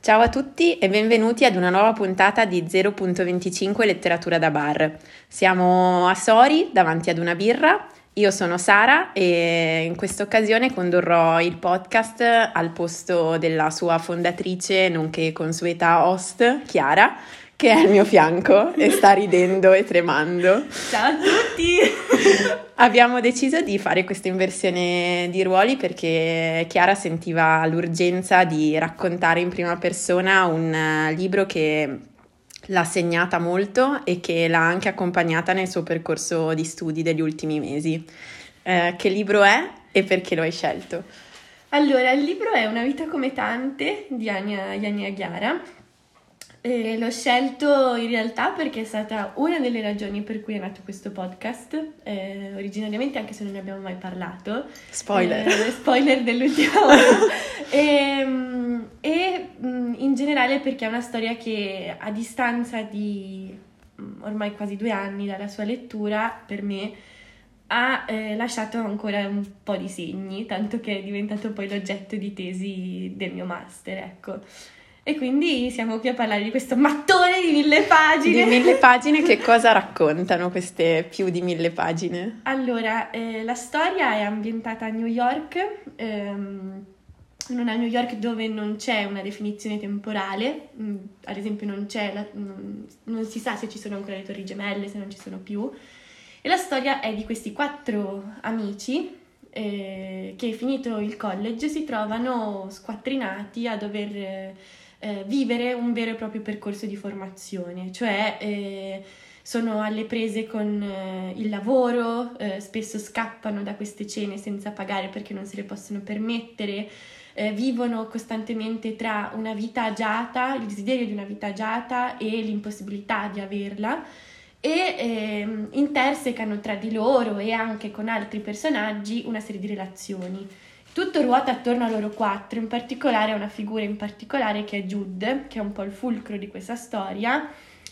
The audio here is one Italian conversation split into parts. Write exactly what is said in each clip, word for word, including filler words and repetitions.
Ciao a tutti e benvenuti ad una nuova puntata di zero punto venticinque Letteratura da bar. Siamo a Sori davanti ad una birra. Io sono Sara e in questa occasione condurrò il podcast al posto della sua fondatrice nonché consueta host Chiara, che è al mio fianco e sta ridendo e tremando. Ciao a tutti! Abbiamo deciso di fare questa inversione di ruoli perché Chiara sentiva l'urgenza di raccontare in prima persona un libro che l'ha segnata molto e che l'ha anche accompagnata nel suo percorso di studi degli ultimi mesi. Eh, che libro è e perché lo hai scelto? Allora, il libro è Una vita come tante di Ania, Ania Chiara. E l'ho scelto in realtà perché è stata una delle ragioni per cui è nato questo podcast, eh, originariamente, anche se non ne abbiamo mai parlato. Spoiler! Eh, spoiler dell'ultima ora. e e in generale perché è una storia che a distanza di ormai quasi due anni dalla sua lettura, per me, ha eh, lasciato ancora un po' di segni, tanto che è diventato poi l'oggetto di tesi del mio master, ecco. E quindi siamo qui a parlare di questo mattone di mille pagine. Di mille pagine, che cosa raccontano queste più di mille pagine? Allora, eh, la storia è ambientata a New York, ehm, in una New York dove non c'è una definizione temporale, mm, ad esempio non c'è, la, non, non si sa se ci sono ancora le torri gemelle, se non ci sono più. E la storia è di questi quattro amici eh, che, finito il college, si trovano squattrinati a dover eh, eh, vivere un vero e proprio percorso di formazione, cioè eh, sono alle prese con eh, il lavoro, eh, spesso scappano da queste cene senza pagare perché non se le possono permettere, eh, vivono costantemente tra una vita agiata, il desiderio di una vita agiata e l'impossibilità di averla, e eh, intersecano tra di loro e anche con altri personaggi una serie di relazioni. Tutto ruota attorno a loro quattro, in particolare a una figura in particolare che è Jude, che è un po' il fulcro di questa storia,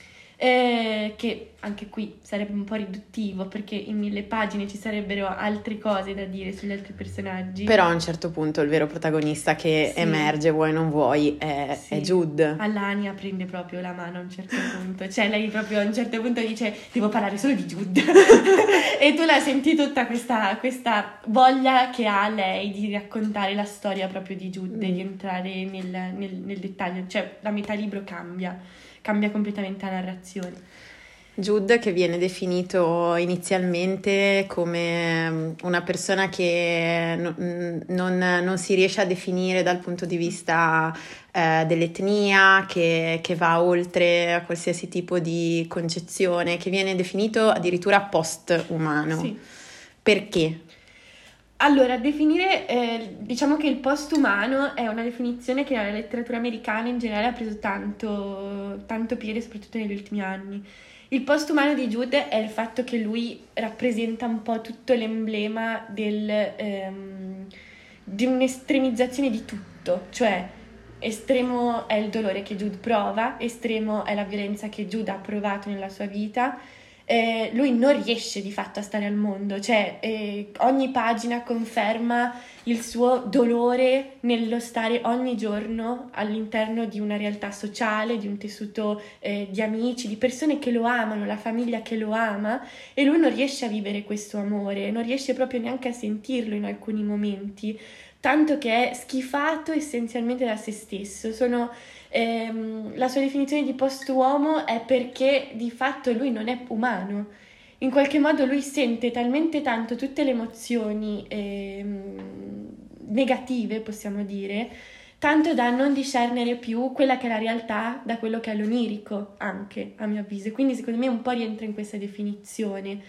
eh, che anche qui sarebbe un po' riduttivo perché in mille pagine ci sarebbero altre cose da dire sugli altri personaggi. Però a un certo punto il vero protagonista che sì. emerge, vuoi non vuoi, è, sì. è Jude. All'Ania prende proprio la mano a un certo punto, cioè lei proprio a un certo punto dice devo parlare solo di Jude e tu la senti tutta questa, questa voglia che ha lei di raccontare la storia proprio di Jude, mm. di entrare nel, nel, nel dettaglio, cioè la metà libro cambia cambia completamente la narrazione. Jude, che viene definito inizialmente come una persona che non, non, non si riesce a definire dal punto di vista eh, dell'etnia, che, che va oltre a qualsiasi tipo di concezione, che viene definito addirittura post-umano. Sì. Perché? Allora, definire, eh, diciamo che il post-umano è una definizione che la letteratura americana in generale ha preso tanto, tanto piede, soprattutto negli ultimi anni. Il post-umano di Jude è il fatto che lui rappresenta un po' tutto l'emblema del, ehm, di un'estremizzazione di tutto, cioè estremo è il dolore che Jude prova, estremo è la violenza che Jude ha provato nella sua vita. Eh, lui non riesce di fatto a stare al mondo, cioè eh, ogni pagina conferma il suo dolore nello stare ogni giorno all'interno di una realtà sociale, di un tessuto eh, di amici, di persone che lo amano, la famiglia che lo ama, e lui non riesce a vivere questo amore, non riesce proprio neanche a sentirlo in alcuni momenti, tanto che è schifato essenzialmente da se stesso. Sono Ehm, la sua definizione di post-uomo è perché di fatto lui non è umano. In qualche modo lui sente talmente tanto tutte le emozioni ehm, negative, possiamo dire, tanto da non discernere più quella che è la realtà da quello che è l'onirico, anche a mio avviso. Quindi secondo me un po' rientra in questa definizione.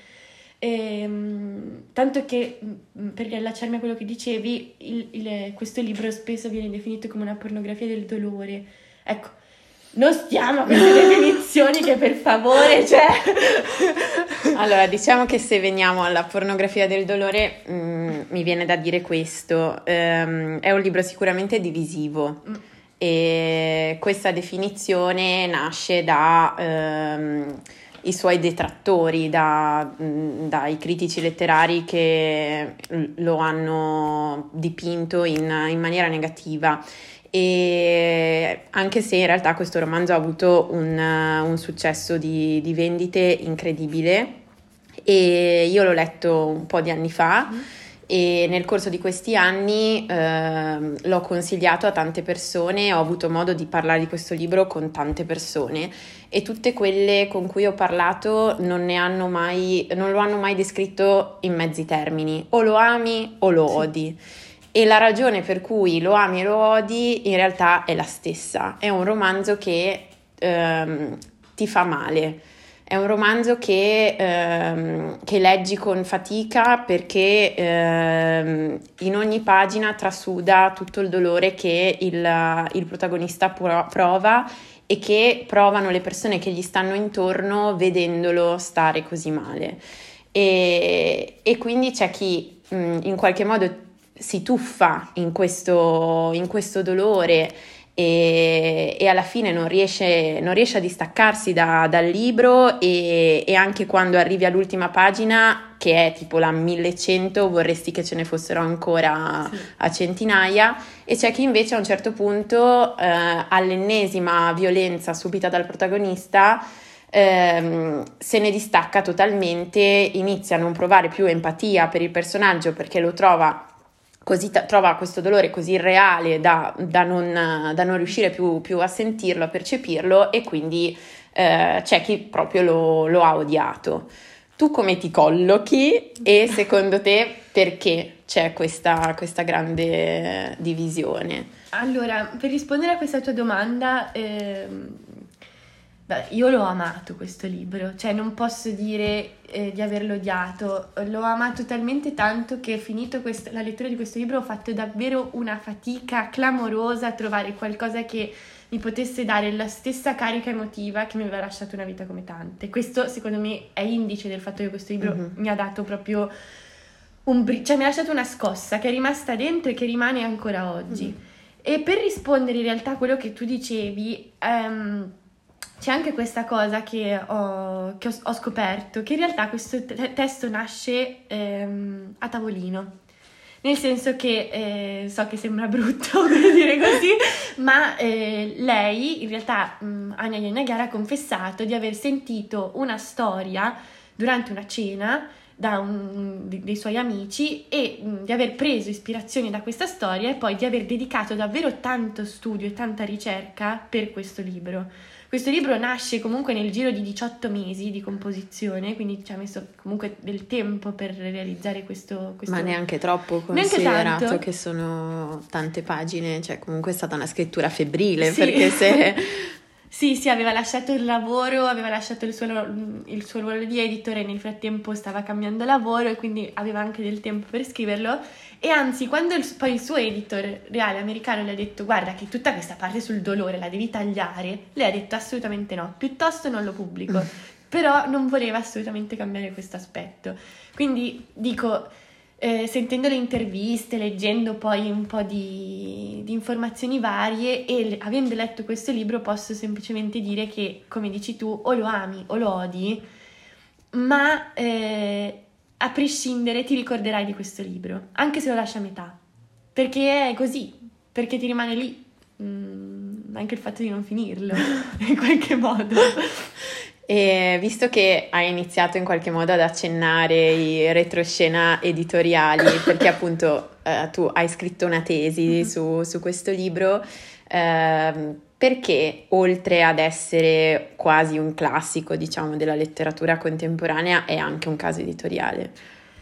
Ehm, tanto che, per riallacciarmi a quello che dicevi, il, il, questo libro spesso viene definito come una pornografia del dolore. Ecco, non stiamo a queste definizioni che per favore, cioè... Allora, diciamo che se veniamo alla pornografia del dolore, mh, mi viene da dire questo. Um, è un libro sicuramente divisivo mm. e questa definizione nasce da... Um, i suoi detrattori, da, dai critici letterari che lo hanno dipinto in, in maniera negativa, e anche se in realtà questo romanzo ha avuto un, un successo di, di vendite incredibile, e io l'ho letto un po' di anni fa. Mm. E nel corso di questi anni eh, l'ho consigliato a tante persone, ho avuto modo di parlare di questo libro con tante persone, e tutte quelle con cui ho parlato non ne hanno mai, non lo hanno mai descritto in mezzi termini: o lo ami o lo odi. E la ragione per cui lo ami e lo odi in realtà è la stessa. È un romanzo che ehm, ti fa male. È un romanzo che, ehm, che leggi con fatica, perché ehm, in ogni pagina trasuda tutto il dolore che il, il protagonista pro- prova e che provano le persone che gli stanno intorno vedendolo stare così male. E, e quindi c'è chi mh, in qualche modo si tuffa in questo, in questo dolore, E, e alla fine non riesce, non riesce a distaccarsi da, dal libro, e, e anche quando arrivi all'ultima pagina, che è tipo la millecento, vorresti che ce ne fossero ancora sì. a centinaia. E c'è chi invece a un certo punto, eh, all'ennesima violenza subita dal protagonista, ehm, se ne distacca totalmente, inizia a non provare più empatia per il personaggio, perché lo trova così, trova questo dolore così reale da, da, non, da non riuscire più, più a sentirlo, a percepirlo, e quindi eh, c'è chi proprio lo, lo ha odiato. Tu come ti collochi, e secondo te perché c'è questa, questa grande divisione? Allora, per rispondere a questa tua domanda, ehm, beh, io l'ho amato questo libro, cioè non posso dire eh, di averlo odiato. L'ho amato talmente tanto che, finito quest- la lettura di questo libro, ho fatto davvero una fatica clamorosa a trovare qualcosa che mi potesse dare la stessa carica emotiva che mi aveva lasciato Una vita come tante. Questo secondo me è indice del fatto che questo libro mm-hmm. mi ha dato proprio un bri- cioè mi ha lasciato una scossa che è rimasta dentro e che rimane ancora oggi. Mm-hmm. E per rispondere in realtà a quello che tu dicevi, um, c'è anche questa cosa che ho, che ho, ho scoperto, che in realtà questo te- testo nasce ehm, a tavolino. Nel senso che, eh, so che sembra brutto dire così, ma eh, lei, in realtà mh, Anya Yanagihara, ha confessato di aver sentito una storia durante una cena da un, dei suoi amici, e mh, di aver preso ispirazione da questa storia, e poi di aver dedicato davvero tanto studio e tanta ricerca per questo libro. Questo libro nasce comunque nel giro di diciotto mesi di composizione, quindi ci ha messo comunque del tempo per realizzare questo... questo... Ma neanche troppo, considerato che sono tante pagine, cioè comunque è stata una scrittura febbrile, sì. perché se... Sì, sì, aveva lasciato il lavoro, aveva lasciato il suo, il suo ruolo di editore, nel frattempo stava cambiando lavoro e quindi aveva anche del tempo per scriverlo. E anzi, quando il, poi il suo editor reale americano le ha detto: guarda che tutta questa parte sul dolore la devi tagliare, lei ha detto assolutamente no, piuttosto non lo pubblico. Però non voleva assolutamente cambiare questo aspetto. Quindi dico... Eh, sentendo le interviste, leggendo poi un po' di, di informazioni varie e le, avendo letto questo libro, posso semplicemente dire che, come dici tu, o lo ami o lo odi, ma eh, a prescindere ti ricorderai di questo libro, anche se lo lasci a metà, perché è così, perché ti rimane lì, mm, anche il fatto di non finirlo, in qualche modo. E visto che hai iniziato in qualche modo ad accennare i retroscena editoriali, perché appunto eh, tu hai scritto una tesi mm-hmm. su, su questo libro, eh, perché oltre ad essere quasi un classico, diciamo, della letteratura contemporanea, è anche un caso editoriale?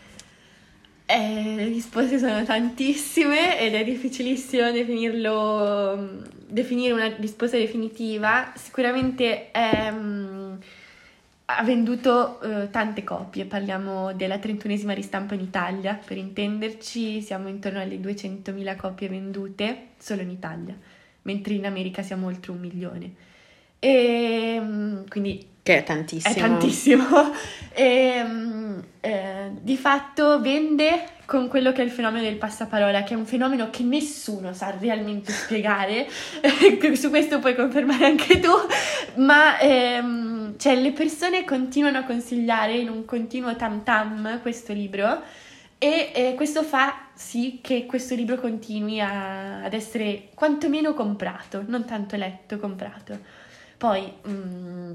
Eh, le risposte sono tantissime ed è difficilissimo definirlo, definire una risposta definitiva. Sicuramente è... Um, ha venduto uh, tante copie, parliamo della trentunesima ristampa in Italia, per intenderci siamo intorno alle duecentomila copie vendute solo in Italia, mentre in America siamo oltre un milione. E quindi che è tantissimo. È tantissimo. E, eh, di fatto vende con quello che è il fenomeno del passaparola, che è un fenomeno che nessuno sa realmente spiegare. Su questo puoi confermare anche tu, ma ehm, cioè, le persone continuano a consigliare in un continuo tam tam questo libro, E eh, questo fa sì che questo libro continui a- ad essere quantomeno comprato, non tanto letto, comprato. Poi, mm,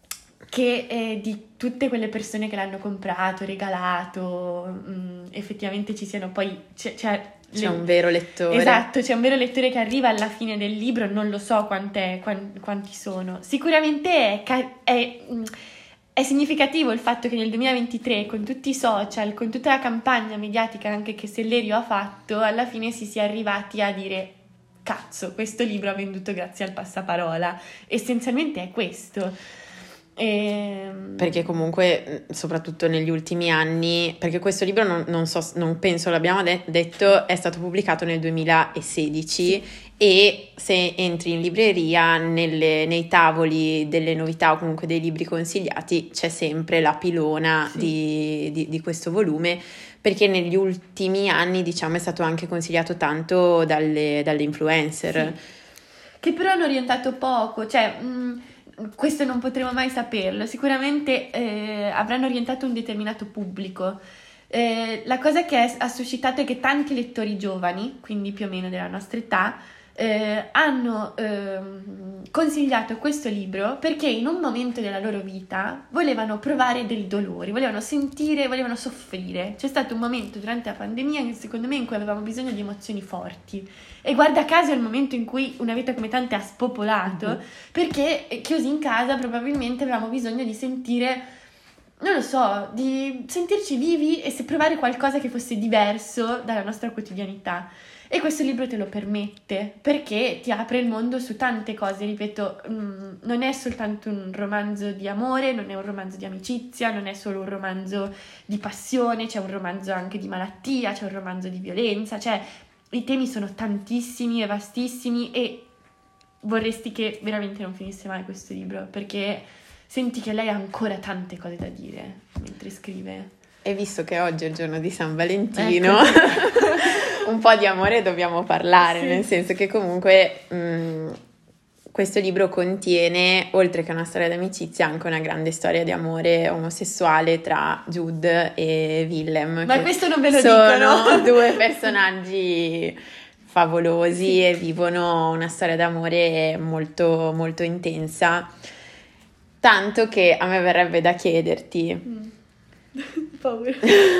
che eh, di tutte quelle persone che l'hanno comprato, regalato, mm, effettivamente ci siano poi... C'è, c'è, C'è le- un vero lettore. Esatto, c'è un vero lettore che arriva alla fine del libro, non lo so quant'è, quan- quanti sono. Sicuramente è, ca- è, mm, è significativo il fatto che nel duemilaventitré, con tutti i social, con tutta la campagna mediatica anche che Sellerio ha fatto, alla fine si sia arrivati a dire: cazzo, questo libro ha venduto grazie al passaparola. Essenzialmente è questo. Ehm, Perché comunque, soprattutto negli ultimi anni, perché questo libro non, non so, non penso l'abbiamo de- detto, è stato pubblicato nel duemilasedici e se entri in libreria, nelle- nei tavoli delle novità o comunque dei libri consigliati, c'è sempre la pilona Sì. di, di- di questo volume, perché negli ultimi anni, diciamo, è stato anche consigliato tanto dalle, dalle influencer. Sì. Che però hanno orientato poco, cioè mh, questo non potremo mai saperlo, sicuramente eh, avranno orientato un determinato pubblico. Eh, la cosa che è- ha suscitato è che tanti lettori giovani, quindi più o meno della nostra età, eh, hanno ehm, consigliato questo libro perché in un momento della loro vita volevano provare del dolore, volevano sentire, volevano soffrire. C'è stato un momento durante la pandemia, che secondo me, in cui avevamo bisogno di emozioni forti. E guarda caso è il momento in cui Una vita come tante ha spopolato, Mhm. perché eh, chiusi in casa probabilmente avevamo bisogno di sentire, non lo so, di sentirci vivi e se provare qualcosa che fosse diverso dalla nostra quotidianità. E questo libro te lo permette, perché ti apre il mondo su tante cose, ripeto, mm, non è soltanto un romanzo di amore, non è un romanzo di amicizia, non è solo un romanzo di passione, c'è un romanzo anche di malattia, c'è un romanzo di violenza, cioè i temi sono tantissimi e vastissimi e vorresti che veramente non finisse mai questo libro, perché senti che lei ha ancora tante cose da dire mentre scrive. E visto che oggi è il giorno di San Valentino, Ecco. un po' di amore dobbiamo parlare, Sì. nel senso che comunque mh, questo libro contiene, oltre che una storia d'amicizia, anche una grande storia di amore omosessuale tra Jude e Willem. Ma che questo non ve lo sono dicono. due personaggi favolosi Sì. e vivono una storia d'amore molto, molto intensa. Tanto che a me verrebbe da chiederti... Mm. Paura.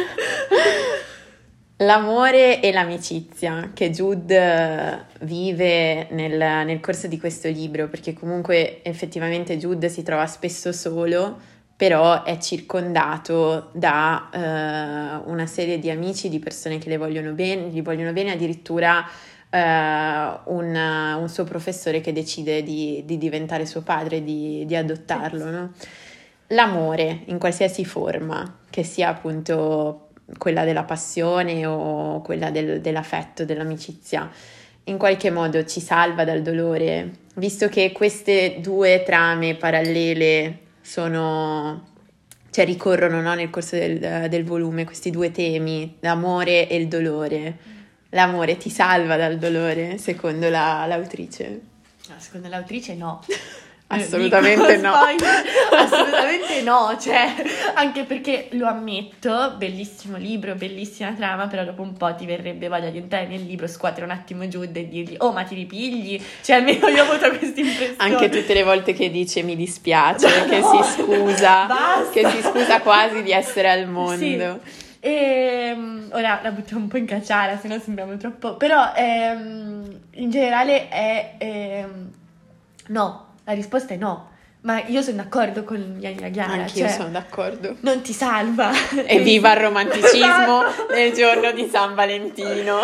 L'amore e l'amicizia che Jude vive nel, nel corso di questo libro, perché comunque effettivamente Jude si trova spesso solo, però è circondato da eh, una serie di amici, di persone che le vogliono bene, gli vogliono bene, addirittura eh, un, un suo professore che decide di, di diventare suo padre, di, di adottarlo, no? L'amore in qualsiasi forma, che sia appunto quella della passione o quella del- dell'affetto, dell'amicizia, in qualche modo ci salva dal dolore, visto che queste due trame parallele sono, cioè ricorrono, no, nel corso del, del volume, questi due temi, l'amore e il dolore. L'amore ti salva dal dolore, secondo la- l'autrice? No, secondo l'autrice no. Assolutamente Dico, no. spoiler, assolutamente no, cioè, anche perché lo ammetto, bellissimo libro, bellissima trama, però dopo un po' ti verrebbe voglia di entrare nel libro, scuotere un attimo Jude e dirgli: oh, ma ti ripigli? Cioè, almeno io ho avuto questa impressione. Anche tutte le volte che dice mi dispiace, No, che si scusa, basta. che si scusa quasi di essere al mondo. Sì. E ora la buttiamo un po' in cacciara, se no sembriamo troppo. Però ehm, in generale è ehm, no, la risposta è no. Ma io sono d'accordo con Yanina Chiara. Anch'io cioè, sono d'accordo. non ti salva. E viva il romanticismo Esatto. nel giorno di San Valentino.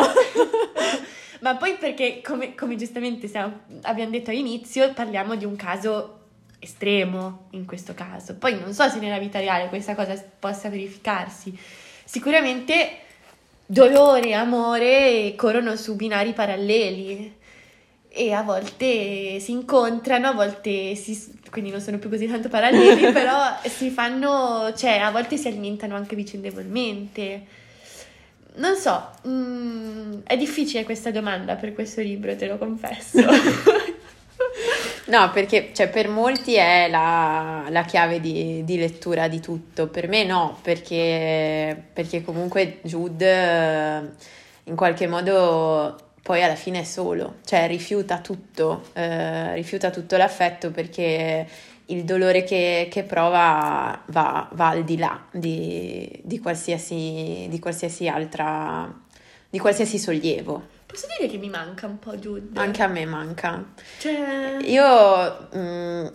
Ma poi perché, come, come giustamente stiamo- abbiamo detto all'inizio, parliamo di un caso estremo in questo caso. Poi non so se nella vita reale questa cosa possa verificarsi. Sicuramente dolore e amore corrono su binari paralleli e a volte si incontrano, a volte si, quindi non sono più così tanto paralleli, però si fanno, cioè a volte si alimentano anche vicendevolmente. Non so, mm, è difficile questa domanda per questo libro, te lo confesso. No, perché cioè, per molti è la, la chiave di, di lettura di tutto, per me no, perché, perché comunque Jude eh, in qualche modo poi alla fine è solo, cioè rifiuta tutto, eh, rifiuta tutto l'affetto perché il dolore che, che prova va, va al di là di, di qualsiasi, di qualsiasi altra, di qualsiasi sollievo. Posso dire che mi manca un po' Jude? Anche a me manca. Cioè... Io mh,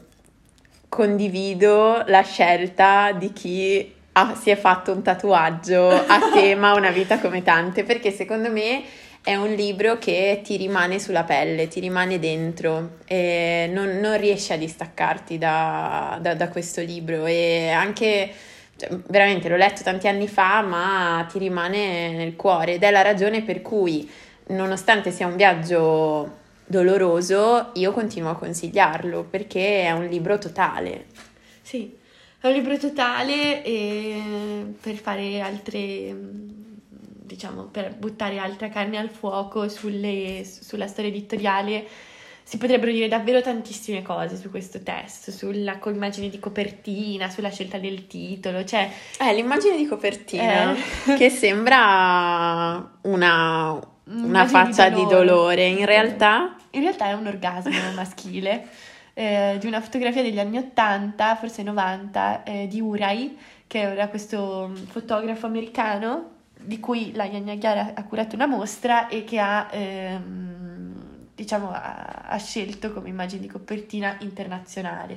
condivido la scelta di chi ha- si è fatto un tatuaggio a tema Una vita come tante, perché secondo me è un libro che ti rimane sulla pelle, ti rimane dentro e non, non riesci a distaccarti da, da, da questo libro e anche... Cioè, veramente l'ho letto tanti anni fa, ma ti rimane nel cuore ed è la ragione per cui, nonostante sia un viaggio doloroso, io continuo a consigliarlo perché è un libro totale. Sì, è un libro totale e per fare altre, diciamo, per buttare altra carne al fuoco sulle, sulla storia editoriale, si potrebbero dire davvero tantissime cose su questo testo, sulla co- immagine di copertina, sulla scelta del titolo, cioè... Eh, l'immagine di copertina Eh. che sembra una, una Immagine faccia di dolore. dolore, in realtà... In realtà è un orgasmo maschile eh, di una fotografia degli anni ottanta, forse novanta, eh, di Uri, che era questo fotografo americano di cui la Gnagna Chiara ha curato una mostra e che ha... Ehm, diciamo, ha, ha scelto come immagine di copertina internazionale.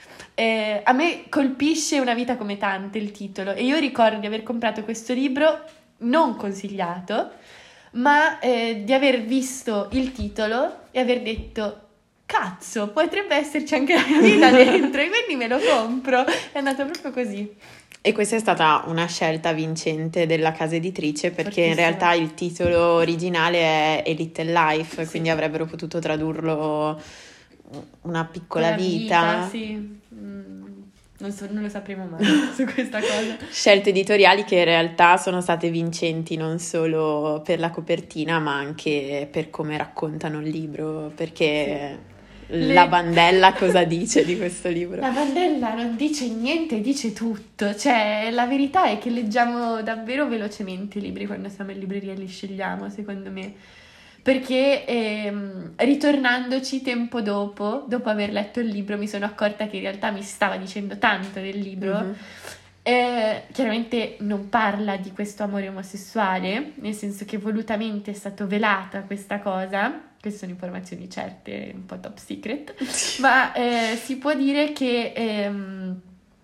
Eh, a me colpisce Una vita come tante il titolo e io ricordo di aver comprato questo libro non consigliato, ma eh, di aver visto il titolo e aver detto cazzo, potrebbe esserci anche la mia vita dentro e quindi me lo compro. È andato proprio così. E questa è stata una scelta vincente della casa editrice perché in Fortissimo. realtà il titolo originale è A Little Life, Sì. quindi avrebbero potuto tradurlo Una piccola Una vita. sì. Mm, non, so, non lo sapremo mai su questa cosa. Scelte editoriali che in realtà sono state vincenti non solo per la copertina ma anche per come raccontano il libro, perché Le- la Bandella cosa dice di questo libro? La Bandella non dice niente, dice tutto. Cioè, la verità è che leggiamo davvero velocemente i libri quando siamo in libreria e li scegliamo, secondo me. Perché ehm, ritornandoci tempo dopo, dopo aver letto il libro, mi sono accorta che in realtà mi stava dicendo tanto del libro. Mhm. Eh, chiaramente non parla di questo amore omosessuale, nel senso che volutamente è stato velata questa cosa. Queste sono informazioni certe, un po' top secret, ma eh, si può dire che, ehm,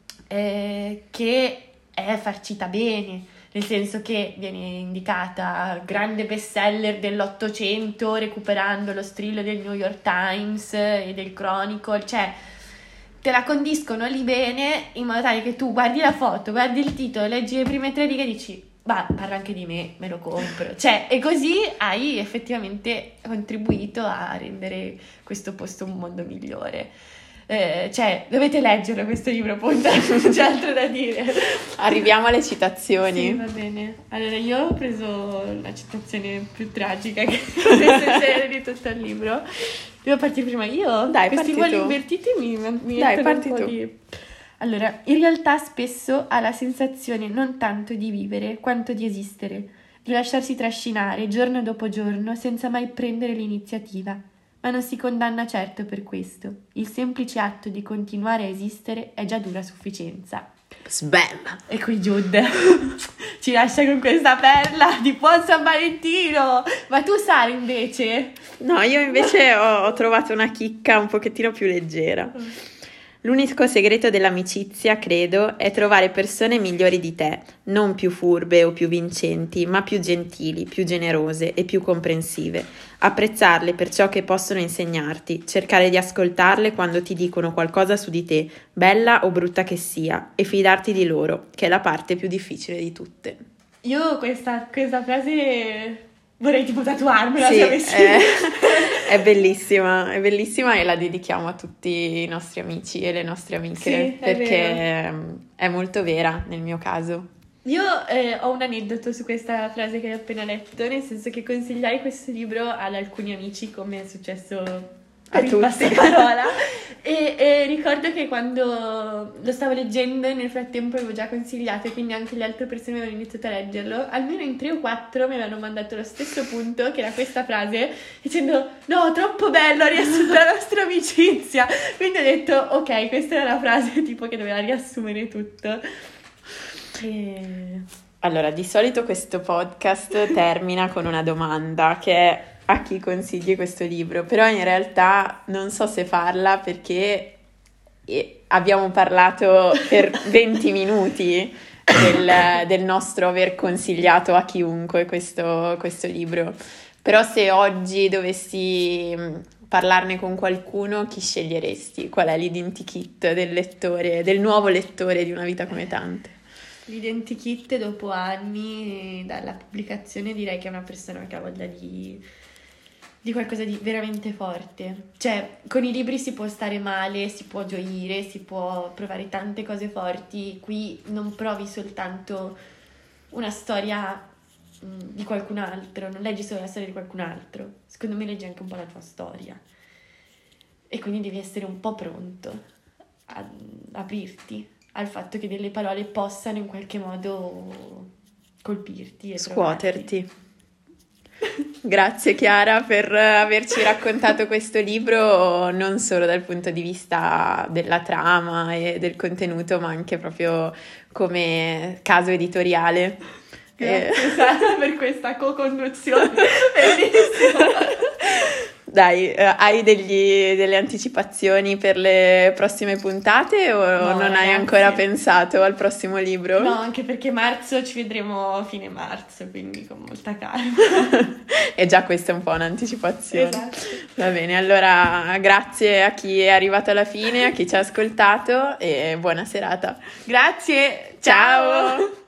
eh, che è farcita bene, nel senso che viene indicata grande bestseller dell'Ottocento, recuperando lo strillo del New York Times e del Chronicle, cioè te la condiscono lì bene in modo tale che tu guardi la foto, guardi il titolo, leggi le prime tre righe e dici ma parla anche di me, me lo compro. Cioè, e così hai effettivamente contribuito a rendere questo posto un mondo migliore. Eh, cioè, dovete leggerlo questo libro, punto. Non c'è altro da dire. Arriviamo alle citazioni. Sì, va bene. Allora, io ho preso la citazione più tragica che potesse essere di tutto il libro. Devo partire prima io? Dai, Questi parti voli tu. invertiti mi, mi Dai, mettono parti un po' tu. di... Allora, in realtà spesso ha la sensazione non tanto di vivere quanto di esistere, di lasciarsi trascinare giorno dopo giorno senza mai prendere l'iniziativa, ma non si condanna certo per questo. Il semplice atto di continuare a esistere è già dura sufficienza. Sbam! E qui Jude ci lascia con questa perla di buon San Valentino. Ma tu, Sara, invece? No, io invece ho, ho trovato una chicca un pochettino più leggera. L'unico segreto dell'amicizia, credo, è trovare persone migliori di te, non più furbe o più vincenti, ma più gentili, più generose e più comprensive. Apprezzarle per ciò che possono insegnarti, cercare di ascoltarle quando ti dicono qualcosa su di te, bella o brutta che sia, e fidarti di loro, che è la parte più difficile di tutte. Io questa, questa frase vorrei tipo tatuarmela. Sì, se avessi... è, è bellissima, è bellissima e la dedichiamo a tutti i nostri amici e le nostre amiche, Sì, è perché vero. è molto vera nel mio caso. Io eh, ho un aneddoto su questa frase che hai appena letto, nel senso che consigliai questo libro ad alcuni amici, come è successo a per il tutti. passaparola. E, e ricordo che quando lo stavo leggendo nel frattempo avevo già consigliato, e quindi anche le altre persone avevano iniziato a leggerlo, almeno in tre o quattro mi avevano mandato lo stesso punto, che era questa frase, dicendo no, troppo bello, ha riassunto la nostra amicizia. Quindi ho detto ok, questa era la frase tipo che doveva riassumere tutto. E... Allora, di solito questo podcast termina con una domanda che è: a chi consigli questo libro? Però in realtà non so se farla, perché abbiamo parlato per venti minuti del, del nostro aver consigliato a chiunque questo, questo libro. Però se oggi dovessi parlarne con qualcuno, chi sceglieresti? Qual è l'identikit del lettore, del nuovo lettore di Una vita come tante? L'identikit dopo anni dalla pubblicazione direi che è una persona che ha voglia di... di qualcosa di veramente forte. Cioè, con i libri si può stare male, si può gioire, si può provare tante cose forti. Qui non provi soltanto una storia mh, di qualcun altro, non leggi solo la storia di qualcun altro. Secondo me leggi anche un po' la tua storia. E quindi devi essere un po' pronto a aprirti al fatto che delle parole possano in qualche modo colpirti e scuoterti. Grazie Chiara per averci raccontato questo libro, non solo dal punto di vista della trama e del contenuto, ma anche proprio come caso editoriale. Grazie eh. Sara per questa co-conduzione bellissima. Dai, eh, hai degli, delle anticipazioni per le prossime puntate o no, non ragazzi. Hai ancora pensato al prossimo libro? No, anche perché marzo ci vedremo a fine marzo, quindi con molta calma. E già questa è un po' un'anticipazione. Esatto. Va bene, allora grazie a chi è arrivato alla fine, a chi ci ha ascoltato, e buona serata. Grazie, ciao! ciao.